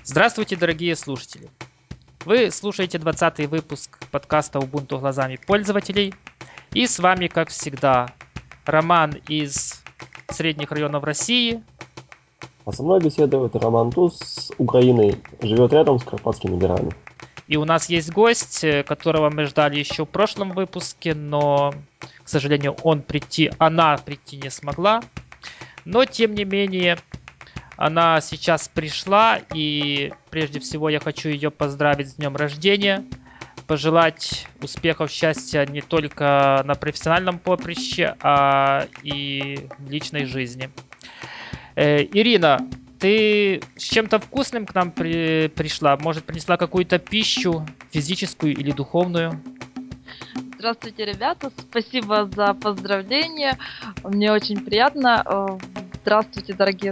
Здравствуйте, дорогие слушатели! Вы слушаете 20-й выпуск подкаста Ubuntu глазами пользователей. И с вами, как всегда, Роман из средних районов России. А со мной беседует Роман Туз с Украины, живет рядом с Карпатскими горами. И у нас есть гость, которого мы ждали еще в прошлом выпуске, но, к сожалению, она прийти не смогла. Но, тем не менее, она сейчас пришла, и прежде всего я хочу ее поздравить с днем рождения, пожелать успехов, счастья не только на профессиональном поприще, а и в личной жизни. Ирина, ты с чем-то вкусным к нам пришла? Может, принесла какую-то пищу, физическую или духовную? Здравствуйте, ребята. Спасибо за поздравления. Мне очень приятно. Здравствуйте,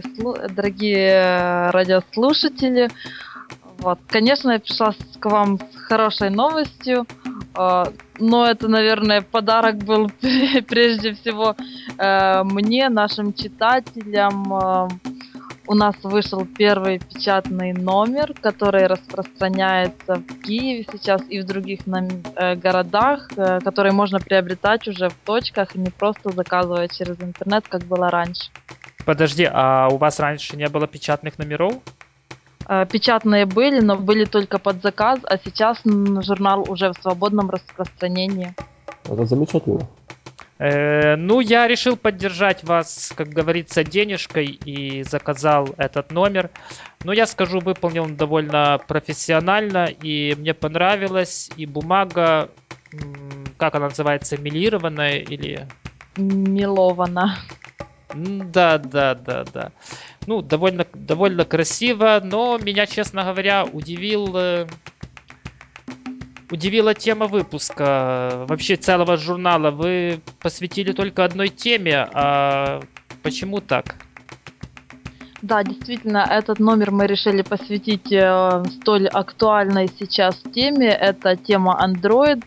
дорогие радиослушатели. Вот. Конечно, я пришла к вам с хорошей новостью. Но это, наверное, подарок был прежде всего мне, нашим читателям. У нас вышел первый печатный номер, который распространяется в Киеве сейчас и в других городах, который можно приобретать уже в точках и не просто заказывать через интернет, как было раньше. Подожди, а у вас раньше не было печатных номеров? Печатные были, но были только под заказ, а сейчас журнал уже в свободном распространении. Это замечательно. Ну, я решил поддержать вас, как говорится, денежкой и заказал этот номер. Но я скажу, выполнил он довольно профессионально, и мне понравилось. И бумага, как она называется, мелированная или... Миловано. Да, да, да, да. Ну, довольно красиво, но меня, честно говоря, удивила тема выпуска, вообще целого журнала. Вы посвятили только одной теме, а почему так? Да, действительно, этот номер мы решили посвятить столь актуальной сейчас теме. Это тема Android.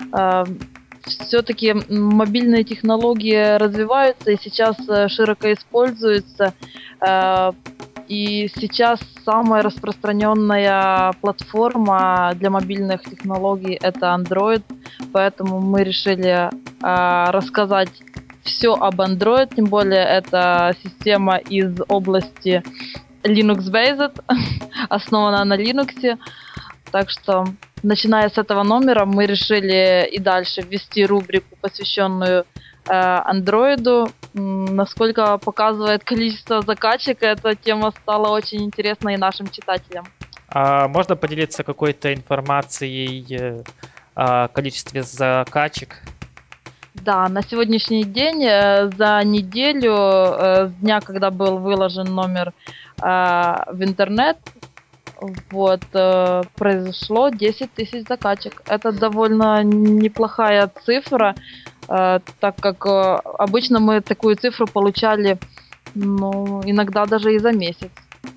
Все-таки мобильные технологии развиваются и сейчас широко используются. Э, и сейчас самая распространенная платформа для мобильных технологий это Android, поэтому мы решили рассказать все об Android, тем более это система из области Linux-based, основана на Linux, так что начиная с этого номера мы решили и дальше ввести рубрику, посвященную андроиду. Насколько показывает количество закачек, эта тема стала очень интересной и нашим читателям. А можно поделиться какой-то информацией о количестве закачек? Да, на сегодняшний день, за неделю, с дня, когда был выложен номер в интернет, вот, произошло 10 тысяч закачек. Это довольно неплохая цифра, так как обычно мы такую цифру получали, ну, иногда даже и за месяц.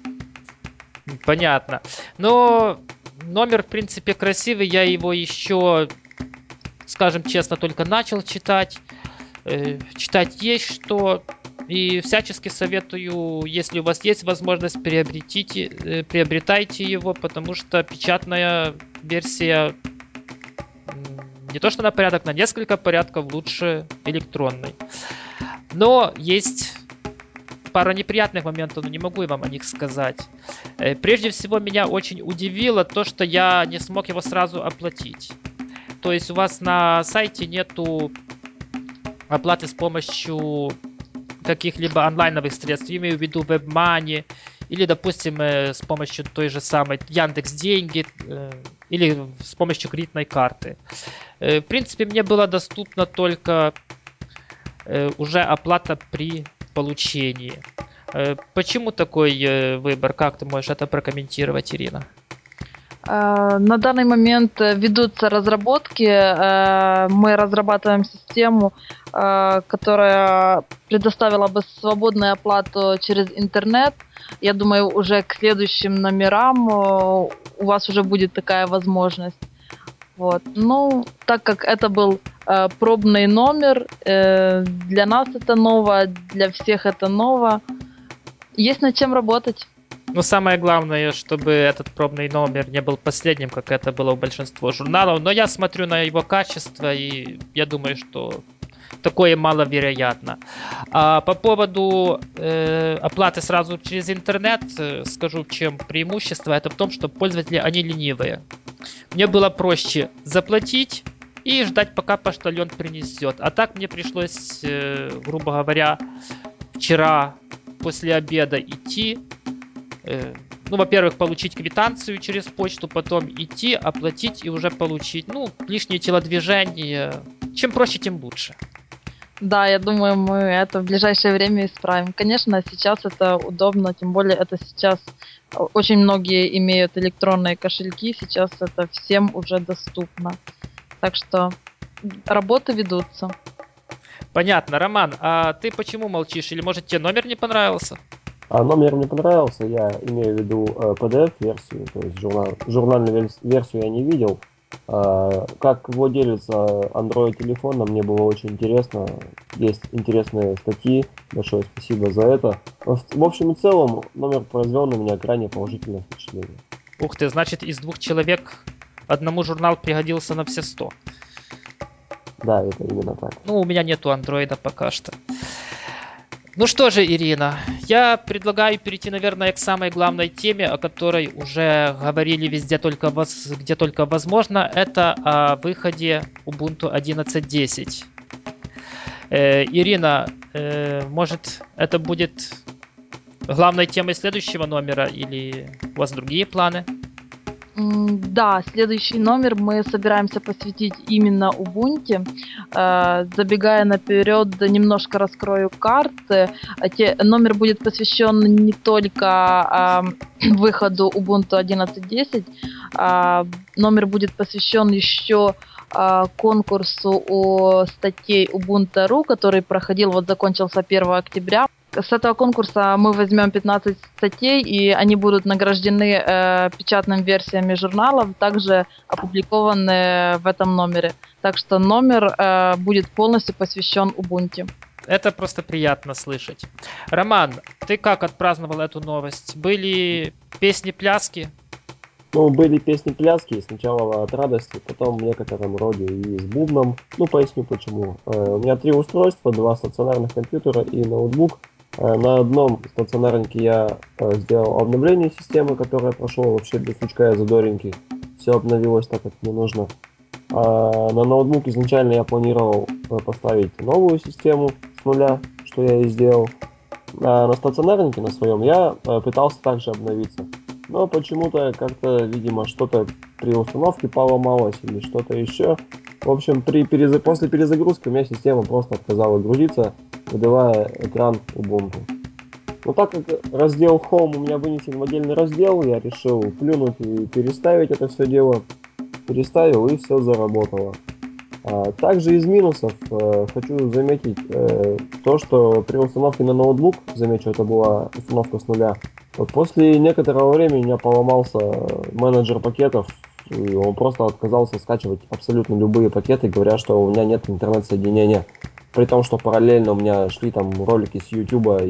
Понятно. Но номер, в принципе, красивый. Я его еще, скажем честно, только начал читать. Читать есть что. И всячески советую, если у вас есть возможность, приобретайте его, потому что печатная версия не то что на порядок, на несколько порядков лучше электронной. Но есть пара неприятных моментов, но не могу я вам о них сказать. Прежде всего, меня очень удивило то, что я не смог его сразу оплатить. То есть у вас на сайте нету оплаты с помощью каких-либо онлайновых средств, я имею в виду WebMoney или, допустим, с помощью той же самой Яндекс Деньги или с помощью кредитной карты. В принципе, мне было доступно только уже оплата при получении. Почему такой выбор? Как ты можешь это прокомментировать, Ирина? На данный момент ведутся разработки. Мы разрабатываем систему, которая предоставила бы свободную оплату через интернет. Я думаю, уже к следующим номерам у вас уже будет такая возможность. Вот. Ну, так как это был пробный номер, для нас это ново, для всех это ново. Есть над чем работать. Но самое главное, чтобы этот пробный номер не был последним, как это было у большинства журналов. Но я смотрю на его качество, и я думаю, что такое маловероятно. А по поводу оплаты сразу через интернет, скажу, в чем преимущество. Это в том, что пользователи, они ленивые. Мне было проще заплатить и ждать, пока почтальон принесет. А так мне пришлось, грубо говоря, вчера после обеда идти. Ну, во-первых, получить квитанцию через почту, потом идти, оплатить и уже получить. Ну, лишние телодвижения. Чем проще, тем лучше. Да, я думаю, мы это в ближайшее время исправим. Конечно, сейчас это удобно, тем более это сейчас очень многие имеют электронные кошельки, сейчас это всем уже доступно. Так что работы ведутся. Понятно. Роман, а ты почему молчишь? Или, может, тебе номер не понравился? А номер мне понравился, я имею в виду PDF-версию, то есть журнальную версию я не видел. Как владелец Android-телефона мне было очень интересно, есть интересные статьи, большое спасибо за это. В общем и целом, номер произвел на меня крайне положительное впечатление. Ух ты, значит, из 2 человек одному журнал пригодился на все 100. Да, это именно так. Ну, у меня нету андроида пока что. Ну что же, Ирина, я предлагаю перейти, наверное, к самой главной теме, о которой уже говорили везде, где только возможно. Это о выходе Ubuntu 11.10. Ирина, может, это будет главной темой следующего номера или у вас другие планы? Да, следующий номер мы собираемся посвятить именно Ubuntu. Забегая наперед, немножко раскрою карты. Номер будет посвящен не только выходу Ubuntu 11.10, номер будет посвящен еще конкурсу о статей Ubuntu.ru, который проходил, вот закончился 1 октября. С этого конкурса мы возьмем 15 статей, и они будут награждены печатными версиями журналов, также опубликованы в этом номере. Так что номер будет полностью посвящен Ubuntu. Это просто приятно слышать. Роман, ты как отпраздновал эту новость? Были песни-пляски? Ну, были песни-пляски, сначала от радости, потом в некотором роде и с бубном. Ну, поясню почему. У меня 3 устройства, 2 стационарных компьютера и ноутбук. На одном стационарнике я сделал обновление системы, которое прошло вообще без сучка и задоринки. Все обновилось так, как мне нужно. А на ноутбук изначально я планировал поставить новую систему с нуля, что я и сделал. А на стационарнике на своем я пытался также обновиться. Но почему-то как-то, видимо, что-то при установке поломалось или что-то еще. В общем, после перезагрузки у меня система просто отказала грузиться, выдавая экран Ubuntu. Но так как раздел Home у меня вынесен в отдельный раздел, я решил плюнуть и переставить это все дело. Переставил, и все заработало. Также из минусов хочу заметить то, что при установке на ноутбук, замечу, это была установка с нуля, вот после некоторого времени у меня поломался менеджер пакетов, и он просто отказался скачивать абсолютно любые пакеты, говоря, что у меня нет интернет-соединения, при том, что параллельно у меня шли там ролики с Ютуба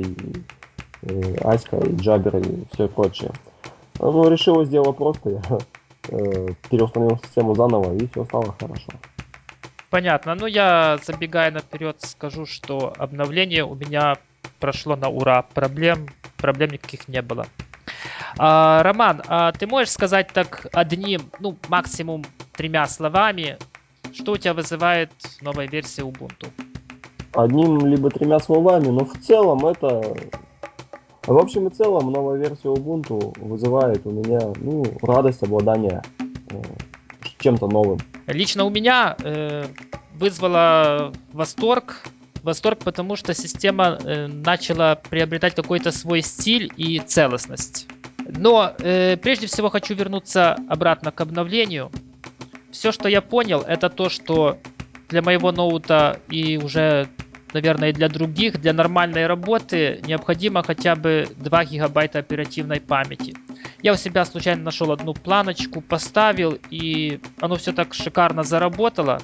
и Аська, и Джабер, и все прочее. Ну, решил сделать просто, я переустановил систему заново, и все стало хорошо. Понятно. Ну, я, забегая наперед, скажу, что обновление у меня прошло на ура. Проблем никаких не было. Роман, ты можешь сказать так одним, ну, максимум 3 словами, что у тебя вызывает новая версия Ubuntu? Одним либо 3 словами, но в целом в общем и целом, новая версия Ubuntu вызывает у меня, ну, радость обладания э, чем-то новым. Лично у меня вызвало восторг. Восторг, потому что система начала приобретать какой-то свой стиль и целостность. Но прежде всего хочу вернуться обратно к обновлению. Все, что я понял, это то, что для моего ноута и уже, наверное, и для других, для нормальной работы необходимо хотя бы 2 гигабайта оперативной памяти. Я у себя случайно нашел одну планочку, поставил, и оно все так шикарно заработало.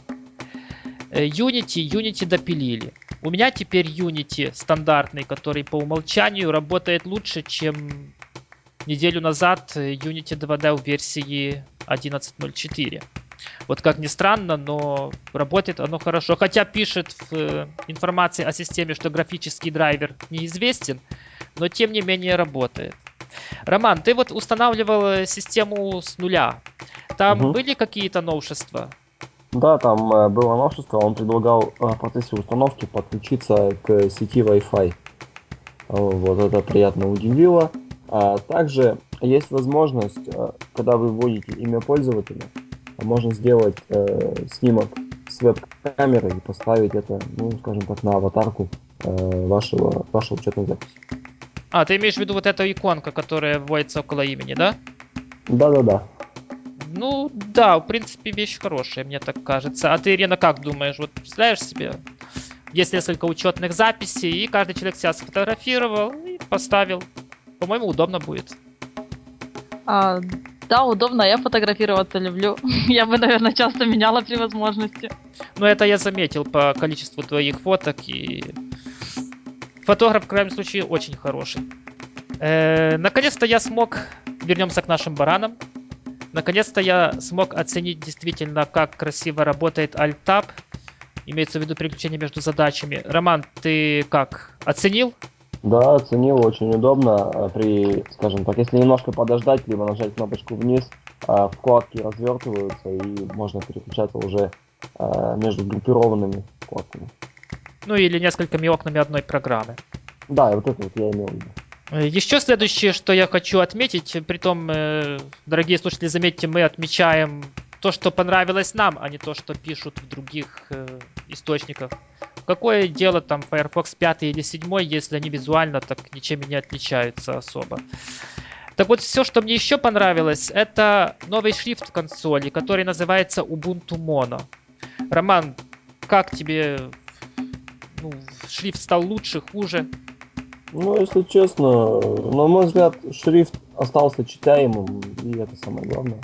Unity допилили. У меня теперь Unity стандартный, который по умолчанию работает лучше, чем неделю назад Unity 2D в версии 11.04. Вот как ни странно, но работает оно хорошо. Хотя пишет в информации о системе, что графический драйвер неизвестен, но тем не менее работает. Роман, ты вот устанавливал систему с нуля. Там Мгм. были какие-то новшества? Да, там было новшество, он предлагал в процессе установки подключиться к сети Wi-Fi. Вот это приятно удивило. Также есть возможность, когда вы вводите имя пользователя, можно сделать снимок с веб-камеры и поставить это, ну, скажем так, на аватарку вашей учетной записи. А, ты имеешь в виду вот эту иконку, которая вводится около имени, да? Да-да-да. Ну, да, в принципе, вещь хорошая, мне так кажется. А ты, Ирина, как думаешь? Вот представляешь себе, есть несколько учетных записей, и каждый человек себя сфотографировал и поставил. По-моему, удобно будет. А, да, удобно, я фотографироваться люблю. Я бы, наверное, часто меняла при возможности. Но это я заметил по количеству твоих фоток, и фотограф, в крайнем случае, очень хороший. Наконец-то я смог, вернемся к нашим баранам, наконец-то я смог оценить действительно, как красиво работает Alt-Tab, имеется в виду переключение между задачами. Роман, ты как, оценил? Да, оценил, очень удобно. При, скажем так, если немножко подождать, либо нажать кнопочку вниз, вкладки развертываются и можно переключаться уже между группированными вкладками. Ну или несколькими окнами одной программы. Да, и вот это вот я имел в виду. Еще следующее, что я хочу отметить, притом, дорогие слушатели, заметьте, мы отмечаем то, что понравилось нам, а не то, что пишут в других источниках. Какое дело там Firefox 5 или 7, если они визуально так ничем и не отличаются особо. Так вот, все, что мне еще понравилось, это новый шрифт консоли, который называется Ubuntu Mono. Роман, как тебе, ну, шрифт стал лучше, хуже? Ну, если честно, на мой взгляд, шрифт остался читаемым, и это самое главное.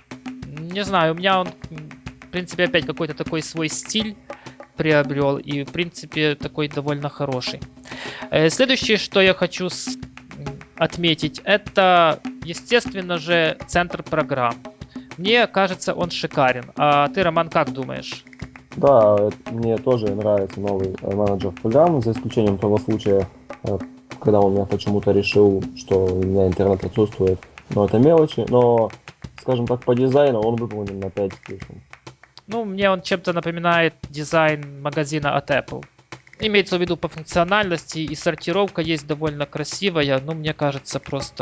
Не знаю, у меня он, в принципе, опять какой-то такой свой стиль приобрел, и, в принципе, такой довольно хороший. Следующее, что я хочу отметить, это, естественно же, центр программ. Мне кажется, он шикарен. А ты, Роман, как думаешь? Да, мне тоже нравится новый менеджер программ, за исключением того случая, э, когда он меня почему-то решил, что у меня интернет отсутствует. Но это мелочи, но, скажем так, по дизайну он выполнен на 5 с плюсом. Ну, мне он чем-то напоминает дизайн магазина от Apple. Имеется в виду по функциональности, и сортировка есть довольно красивая, но мне кажется,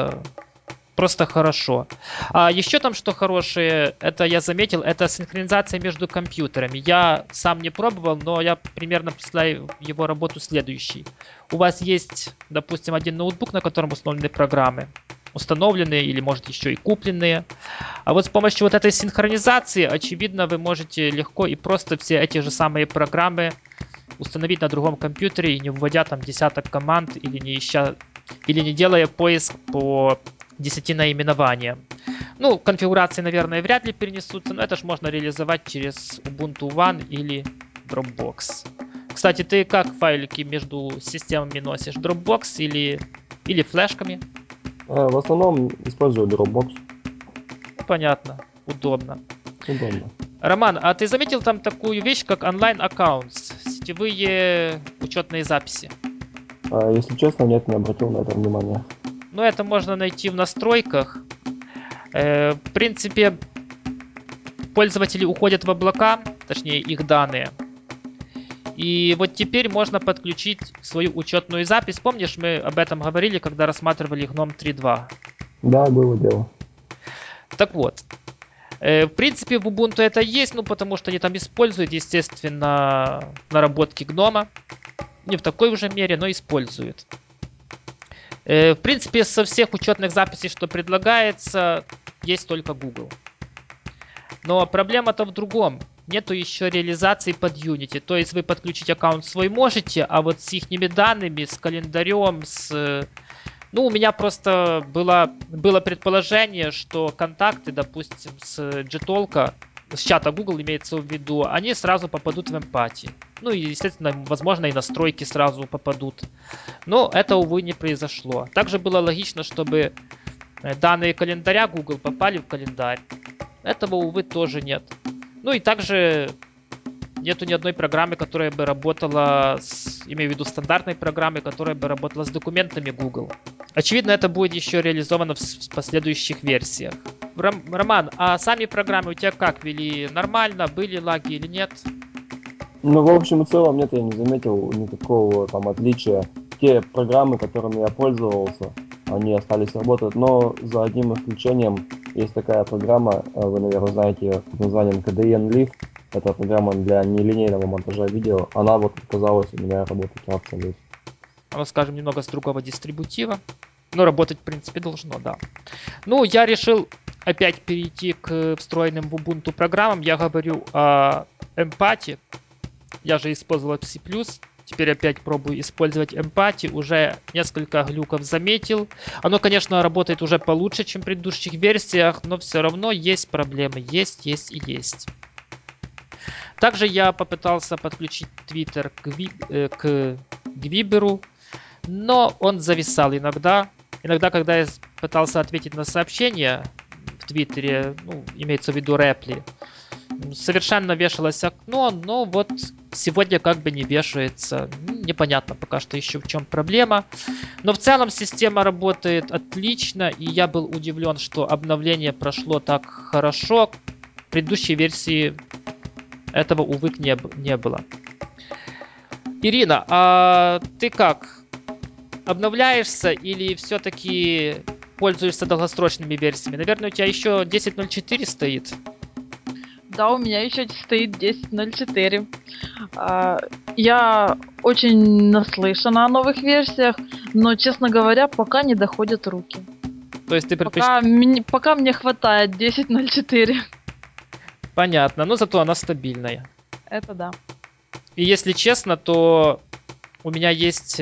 просто хорошо. А еще там что хорошее, это я заметил, это синхронизация между компьютерами. Я сам не пробовал, но я примерно представляю его работу следующей. У вас есть, допустим, один ноутбук, на котором установлены программы, установленные или, может, еще и купленные. А вот с помощью вот этой синхронизации, очевидно, вы можете легко и просто все эти же самые программы установить на другом компьютере и не вводя там десяток команд или не ища, или не делая поиск по 10 наименованиям. Ну, конфигурации, наверное, вряд ли перенесутся, но это же можно реализовать через Ubuntu One или Dropbox. Кстати, ты как файлики между системами носишь? Dropbox или флешками? В основном использую Dropbox. Ну, понятно, удобно. Удобно. Роман, а ты заметил там такую вещь, как онлайн-аккаунтс, сетевые учетные записи? Если честно, нет, не обратил на это внимания. Ну, это можно найти в настройках. В принципе, пользователи уходят в облака, точнее их данные. И вот теперь можно подключить свою учетную запись. Помнишь, мы об этом говорили, когда рассматривали GNOME 3.2? Да, было дело. Так вот, в принципе, в Ubuntu это есть, ну, потому что они там используют, естественно, наработки гнома. Не в такой уже мере, но используют. В принципе, со всех учетных записей, что предлагается, есть только Google. Но проблема-то в другом. Нету еще реализации под Unity. То есть вы подключить аккаунт свой можете, а вот с их данными, с календарем, Ну, у меня просто было предположение, что контакты, допустим, с Gtalk, с чата Google имеется в виду, они сразу попадут в эмпатии. Ну и, естественно, возможно, и настройки сразу попадут. Но это, увы, не произошло. Также было логично, чтобы данные календаря Google попали в календарь. Этого, увы, тоже нет. Ну и также нету ни одной программы, которая бы работала имею в виду стандартной программы, которая бы работала с документами Google. Очевидно, это будет еще реализовано в последующих версиях. Роман, а сами программы у тебя как вели? Нормально? Были лаги или нет? Ну, в общем и целом, нет, я не заметил никакого там отличия. Те программы, которыми я пользовался, они остались работать, но за одним исключением есть такая программа, вы, наверное, знаете ее под названием KDN Live. Это программа для нелинейного монтажа видео. Она вот отказалась у меня работать абсолютно. Оно, скажем, немного с другого дистрибутива. Но работать, в принципе, должно, да. Ну, я решил опять перейти к встроенным в Ubuntu программам. Я говорю о Empathy. Я же использовал C++. Теперь опять пробую использовать Empathy. Уже несколько глюков заметил. Оно, конечно, работает уже получше, чем в предыдущих версиях, но все равно есть проблемы. Есть и есть. Также я попытался подключить Twitter к Гвиберу, но он зависал иногда. Иногда, когда я пытался ответить на сообщения в Твиттере, ну, имеется в виду репли, совершенно вешалось окно, но вот сегодня как бы не вешается. Непонятно пока что еще в чем проблема. Но в целом система работает отлично, и я был удивлен, что обновление прошло так хорошо. В предыдущей версии этого, увы, не было. Ирина, а ты как? Обновляешься или все-таки пользуешься долгосрочными версиями? Наверное, у тебя еще 10.04 стоит. Да, у меня еще стоит 10.04. А, Я очень наслышана о новых версиях, но, честно говоря, пока не доходят руки. То есть ты Пока мне хватает 10.04. Понятно, но зато она стабильная. Это да. И если честно, то у меня есть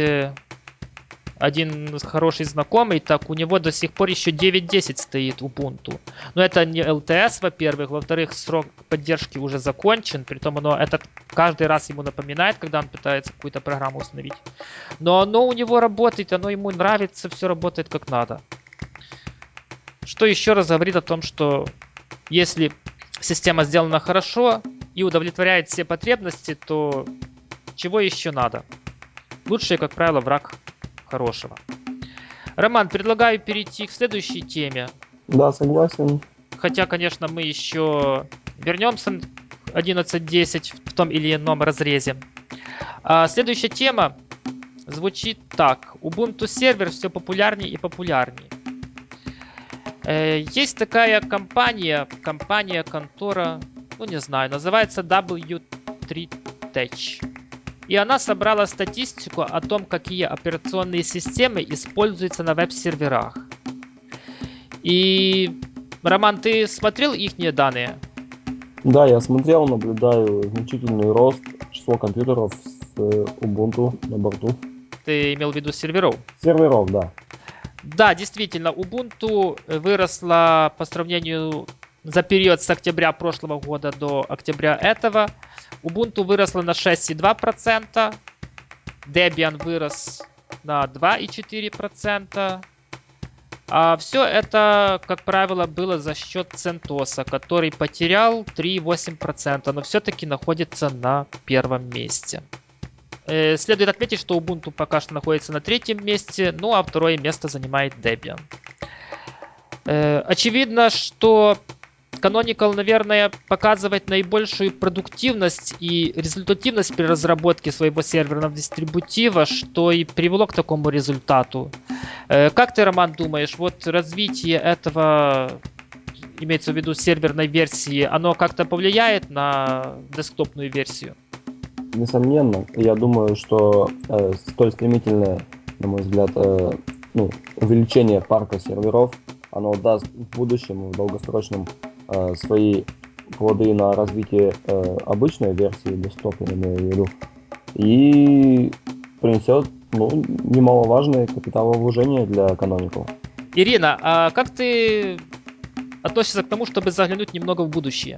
один хороший знакомый, так у него до сих пор еще 9.10 стоит Ubuntu. Но это не LTS, во-первых. Во-вторых, срок поддержки уже закончен. Притом оно этот каждый раз ему напоминает, когда он пытается какую-то программу установить. Но оно у него работает, оно ему нравится, все работает как надо. Что еще раз говорит о том, что если система сделана хорошо и удовлетворяет все потребности, то чего еще надо? Лучшее, как правило, враг хорошего. Роман, предлагаю перейти к следующей теме. Да, согласен. Хотя, конечно, мы еще вернемся к 11.10 в том или ином разрезе. Следующая тема звучит так. Ubuntu сервер все популярнее и популярнее. Есть такая контора, ну не знаю, называется W3Tech. И она собрала статистику о том, какие операционные системы используются на веб-серверах. И, Роман, ты смотрел их данные? Да, я смотрел, наблюдаю значительный рост числа компьютеров с Ubuntu на борту. Ты имел в виду серверов? Серверов, да. Да, действительно, Ubuntu выросла по сравнению за период с октября прошлого года до октября этого. Ubuntu выросла на 6,2%, Debian вырос на 2,4%. А все это, как правило, было за счет CentOS, который потерял 3,8%, но все-таки находится на первом месте. Следует отметить, что Ubuntu пока что находится на третьем месте, ну а второе место занимает Debian. Очевидно, что Canonical, наверное, показывает наибольшую продуктивность и результативность при разработке своего серверного дистрибутива, что и привело к такому результату. Как ты, Роман, думаешь, вот развитие этого, имеется в виду серверной версии, оно как-то повлияет на десктопную версию? Несомненно, я думаю, что столь стремительное, на мой взгляд, увеличение парка серверов, оно даст в будущем, в долгосрочном, свои плоды на развитие обычной версии десктопа, я имею в виду, и принесет, ну, немаловажное капиталовложение для Canonical. Ирина, а как ты относишься к тому, чтобы заглянуть немного в будущее?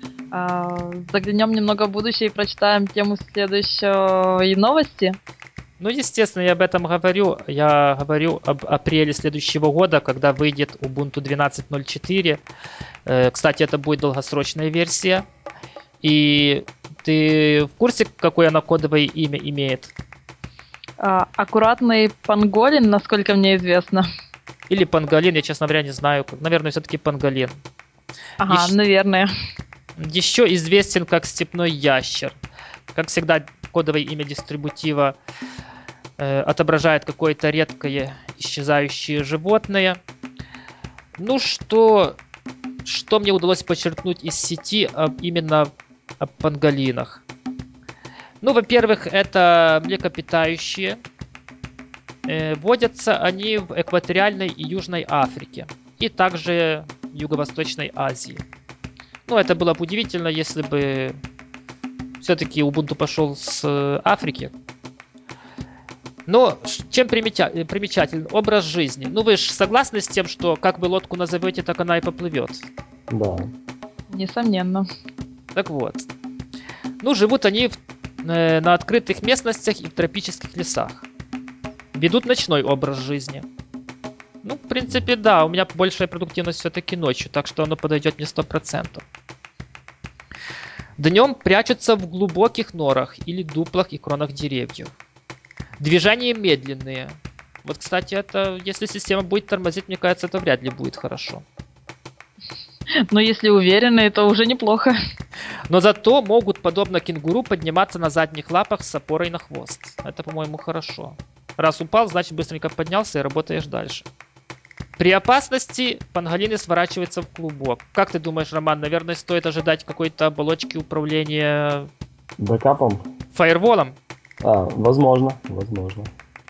Заглянем немного в будущее и прочитаем тему следующей новости. Ну, естественно, я об этом говорю. Я говорю об апреле следующего года, когда выйдет Ubuntu 12.04. Кстати, это будет долгосрочная версия. И ты в курсе, какое она кодовое имя имеет? Аккуратный панголин, насколько мне известно. Или панголин, я, честно говоря, не знаю. Наверное, все-таки панголин. Ага, наверное. Еще известен как степной ящер. Как всегда, кодовое имя дистрибутива отображает какое-то редкое исчезающее животное. Ну, что мне удалось подчеркнуть из сети именно о панголинах? Ну, во-первых, это млекопитающие. Водятся они в экваториальной и Южной Африке. И также в Юго-Восточной Азии. Ну, это было бы удивительно, если бы все-таки Ubuntu пошел с Африки. Но чем примечателен образ жизни? Ну, вы же согласны с тем, что как вы лодку назовете, так она и поплывет? Да. Несомненно. Так вот. Ну, живут они на открытых местностях и в тропических лесах. Ведут ночной образ жизни. Ну, в принципе, да, у меня большая продуктивность все-таки ночью, так что оно подойдет мне 100%. Днем прячутся в глубоких норах или дуплах и кронах деревьев. Движения медленные. Вот, кстати, это, если система будет тормозить, мне кажется, это вряд ли будет хорошо. Но если уверены, то уже неплохо. Но зато могут, подобно кенгуру, подниматься на задних лапах с опорой на хвост. Это, по-моему, хорошо. Раз упал, значит быстренько поднялся и работаешь дальше. При опасности панголины сворачиваются в клубок. Как ты думаешь, Роман, наверное, стоит ожидать какой-то оболочки управления Бэкапом? фаерволом? Возможно, возможно.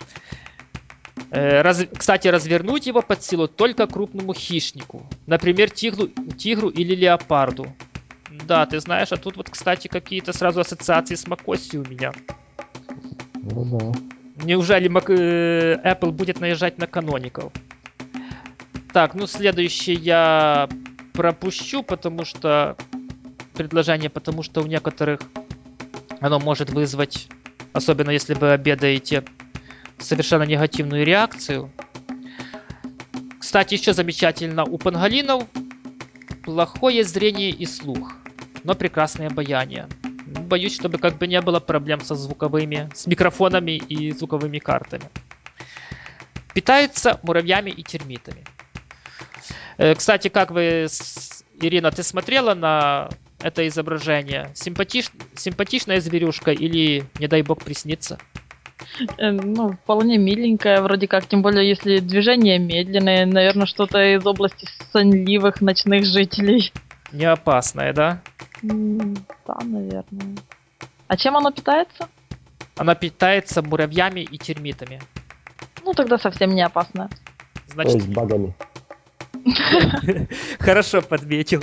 Кстати, развернуть его под силу только крупному хищнику. Например, тигру или леопарду. Да, ты знаешь, а тут вот, кстати, какие-то сразу ассоциации с macOS у меня. Ну да. Неужели Apple будет наезжать на Canonical? Так, ну следующий я пропущу, потому что потому что у некоторых оно может вызвать, особенно если вы обедаете, совершенно негативную реакцию. Кстати, еще замечательно, у панголинов плохое зрение и слух, но прекрасное обаяние. Боюсь, чтобы как бы не было проблем с микрофонами и звуковыми картами. Питаются муравьями и термитами. Кстати, Ирина, ты смотрела на это изображение? Симпатичная зверюшка или, не дай бог, приснится? Ну, вполне миленькая, вроде как, тем более, если движение медленное, наверное, что-то из области сонливых ночных жителей. Не опасная, да? Да, наверное. А чем оно питается? Она питается муравьями и термитами. Ну, тогда совсем не опасно. То Значит, есть багами. хорошо подметил.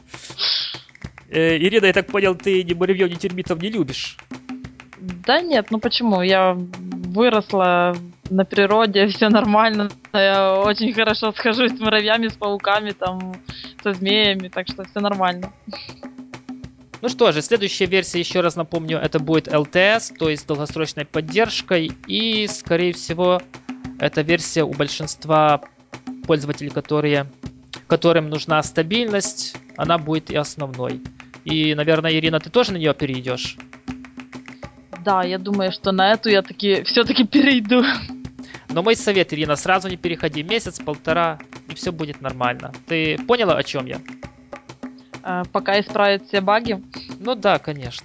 Ирина, я так понял, ты ни муравьев, ни термитов не любишь. Да нет, ну почему? Я выросла на природе, все нормально. Я очень хорошо схожусь с муравьями, с пауками, там, со змеями, так что все нормально. Ну что же, следующая версия, еще раз напомню, это будет LTS, то есть с долгосрочной поддержкой. И, скорее всего, эта версия у большинства пользователей, которым нужна стабильность, она будет и основной. И, наверное, Ирина, ты тоже на нее перейдешь? Да, я думаю, что на эту я таки все-таки перейду. Но мой совет, Ирина, сразу не переходи месяц-полтора, и все будет нормально. Ты поняла, о чем я? Пока исправят все баги. Ну да, конечно.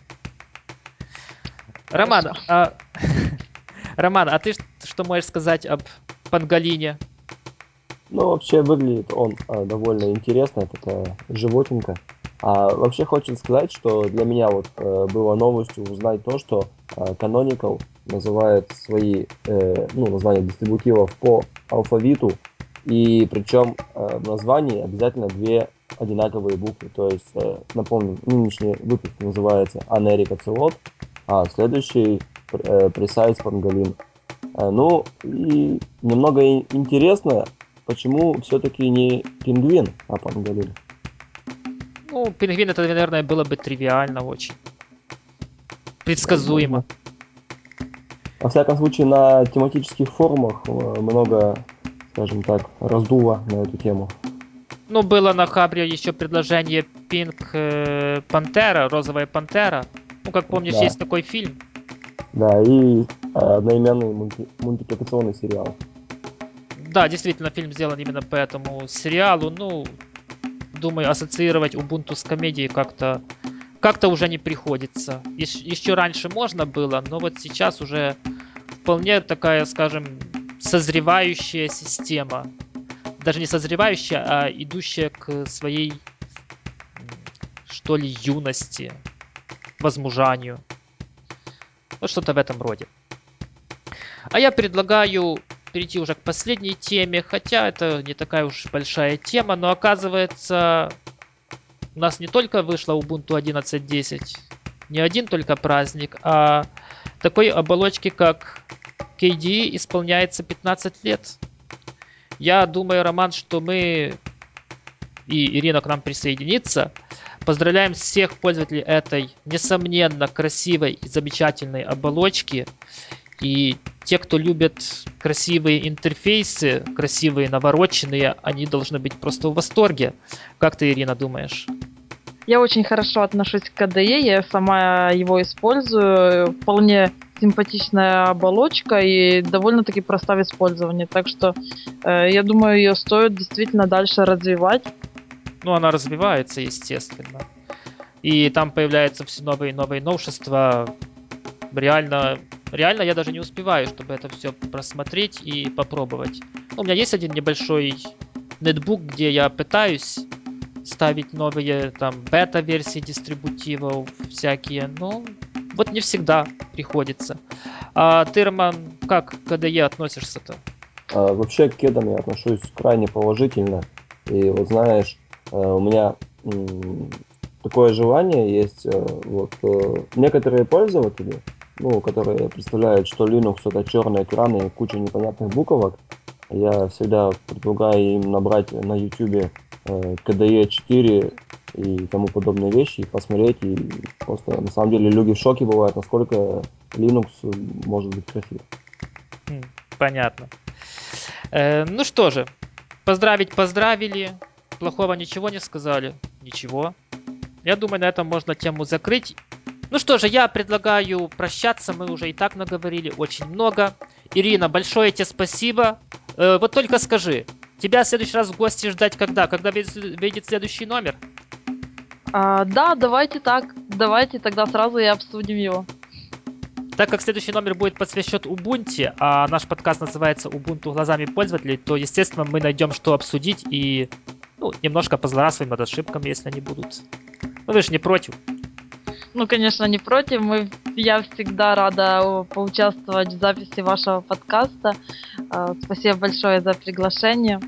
Роман, Хорошо. Роман, а ты что можешь сказать об панголине? Ну, вообще выглядит он довольно интересно, такая животинка. Вообще хочется сказать, что для меня вот было новостью узнать то, что Canonical называет свои названия дистрибутивов по алфавиту, и причем в названии обязательно две одинаковые буквы. То есть, напомню, нынешний выпуск называется Анерика Целот, а следующий Precise Pangolin. Ну, и немного интересно, почему все-таки не пингвин, а панголин. Ну, пингвин это, наверное, было бы тривиально очень. Предсказуемо. Возможно. Во всяком случае, на тематических форумах много, скажем так, раздуло на эту тему. Ну, было на Хабре еще предложение Pink Пантера, Розовая Пантера. Ну, как помнишь, Да, есть такой фильм. да, и одноименный мультипликационный сериал. Да, действительно, фильм сделан именно по этому сериалу. Ну, думаю, ассоциировать Ubuntu с комедией как-то уже не приходится. Еще раньше можно было, но вот сейчас уже вполне такая, скажем, созревающая система. Даже не созревающая, а идущая к своей, что ли, юности, возмужанию. Вот что-то в этом роде. А я предлагаю перейти уже к последней теме, хотя это не такая уж большая тема, но оказывается, у нас не только вышла Ubuntu 11.10, не один только праздник, а такой оболочки, как KDE, исполняется 15 лет. Я думаю, Роман, что мы и Ирина к нам присоединится. Поздравляем всех пользователей этой, несомненно, красивой и замечательной оболочки. И те, кто любит красивые интерфейсы, красивые, навороченные, они должны быть просто в восторге. Как ты, Ирина, думаешь? Я очень хорошо отношусь к KDE, я сама его использую. Вполне симпатичная оболочка и довольно-таки проста в использовании. Так что я думаю, ее стоит действительно дальше развивать. Ну, она развивается, естественно. И там появляются все новые и новые новшества. Реально, реально я даже не успеваю, чтобы это все просмотреть и попробовать. Ну, у меня есть один небольшой нетбук, где я пытаюсь ставить новые там бета-версии дистрибутивов всякие, но вот не всегда приходится. А ты, Роман, как к KDE относишься-то? Вообще к кедам я отношусь крайне положительно. И вот знаешь, у меня такое желание есть. Некоторые пользователи, ну, которые представляют, что Linux это черный экран и куча непонятных буквок, я всегда предлагаю им набрать на YouTube KDE 4 и тому подобные вещи, и посмотреть. И просто на самом деле люди в шоке бывают, насколько Linux может быть красив. Хм, понятно. Ну что же, поздравить поздравили, плохого ничего не сказали. Ничего. Я думаю, на этом можно тему закрыть. Ну что же, я предлагаю прощаться, мы уже и так наговорили очень много. Ирина, большое тебе спасибо. Вот только скажи, тебя в следующий раз в гости ждать когда? Когда выйдет следующий номер? Да, давайте так. Давайте тогда сразу и обсудим его. Так как следующий номер будет посвящен Ubuntu, а наш подкаст называется Ubuntu глазами пользователей, то, естественно, мы найдем, что обсудить и ну, немножко позлорадствуем над ошибками, если они будут. Ну, вы же не против. Ну, конечно, не против. Я всегда рада поучаствовать в записи вашего подкаста. Спасибо большое за приглашение.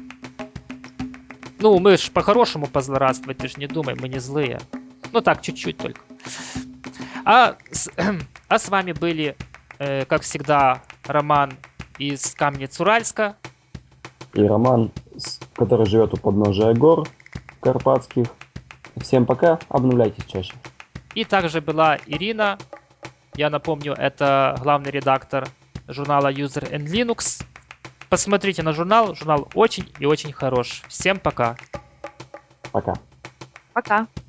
Ну, мы ж по-хорошему позлорадствовать, ты ж не думай, мы не злые. Ну так, чуть-чуть только. А с, а с вами были, как всегда, Роман из Камнец-Уральска. И Роман, который живет у подножия гор карпатских. Всем пока, обновляйтесь чаще. И также была Ирина. Я напомню, это главный редактор журнала User and Linux. Посмотрите на журнал. Журнал очень и очень хорош. Всем пока. Пока. Пока.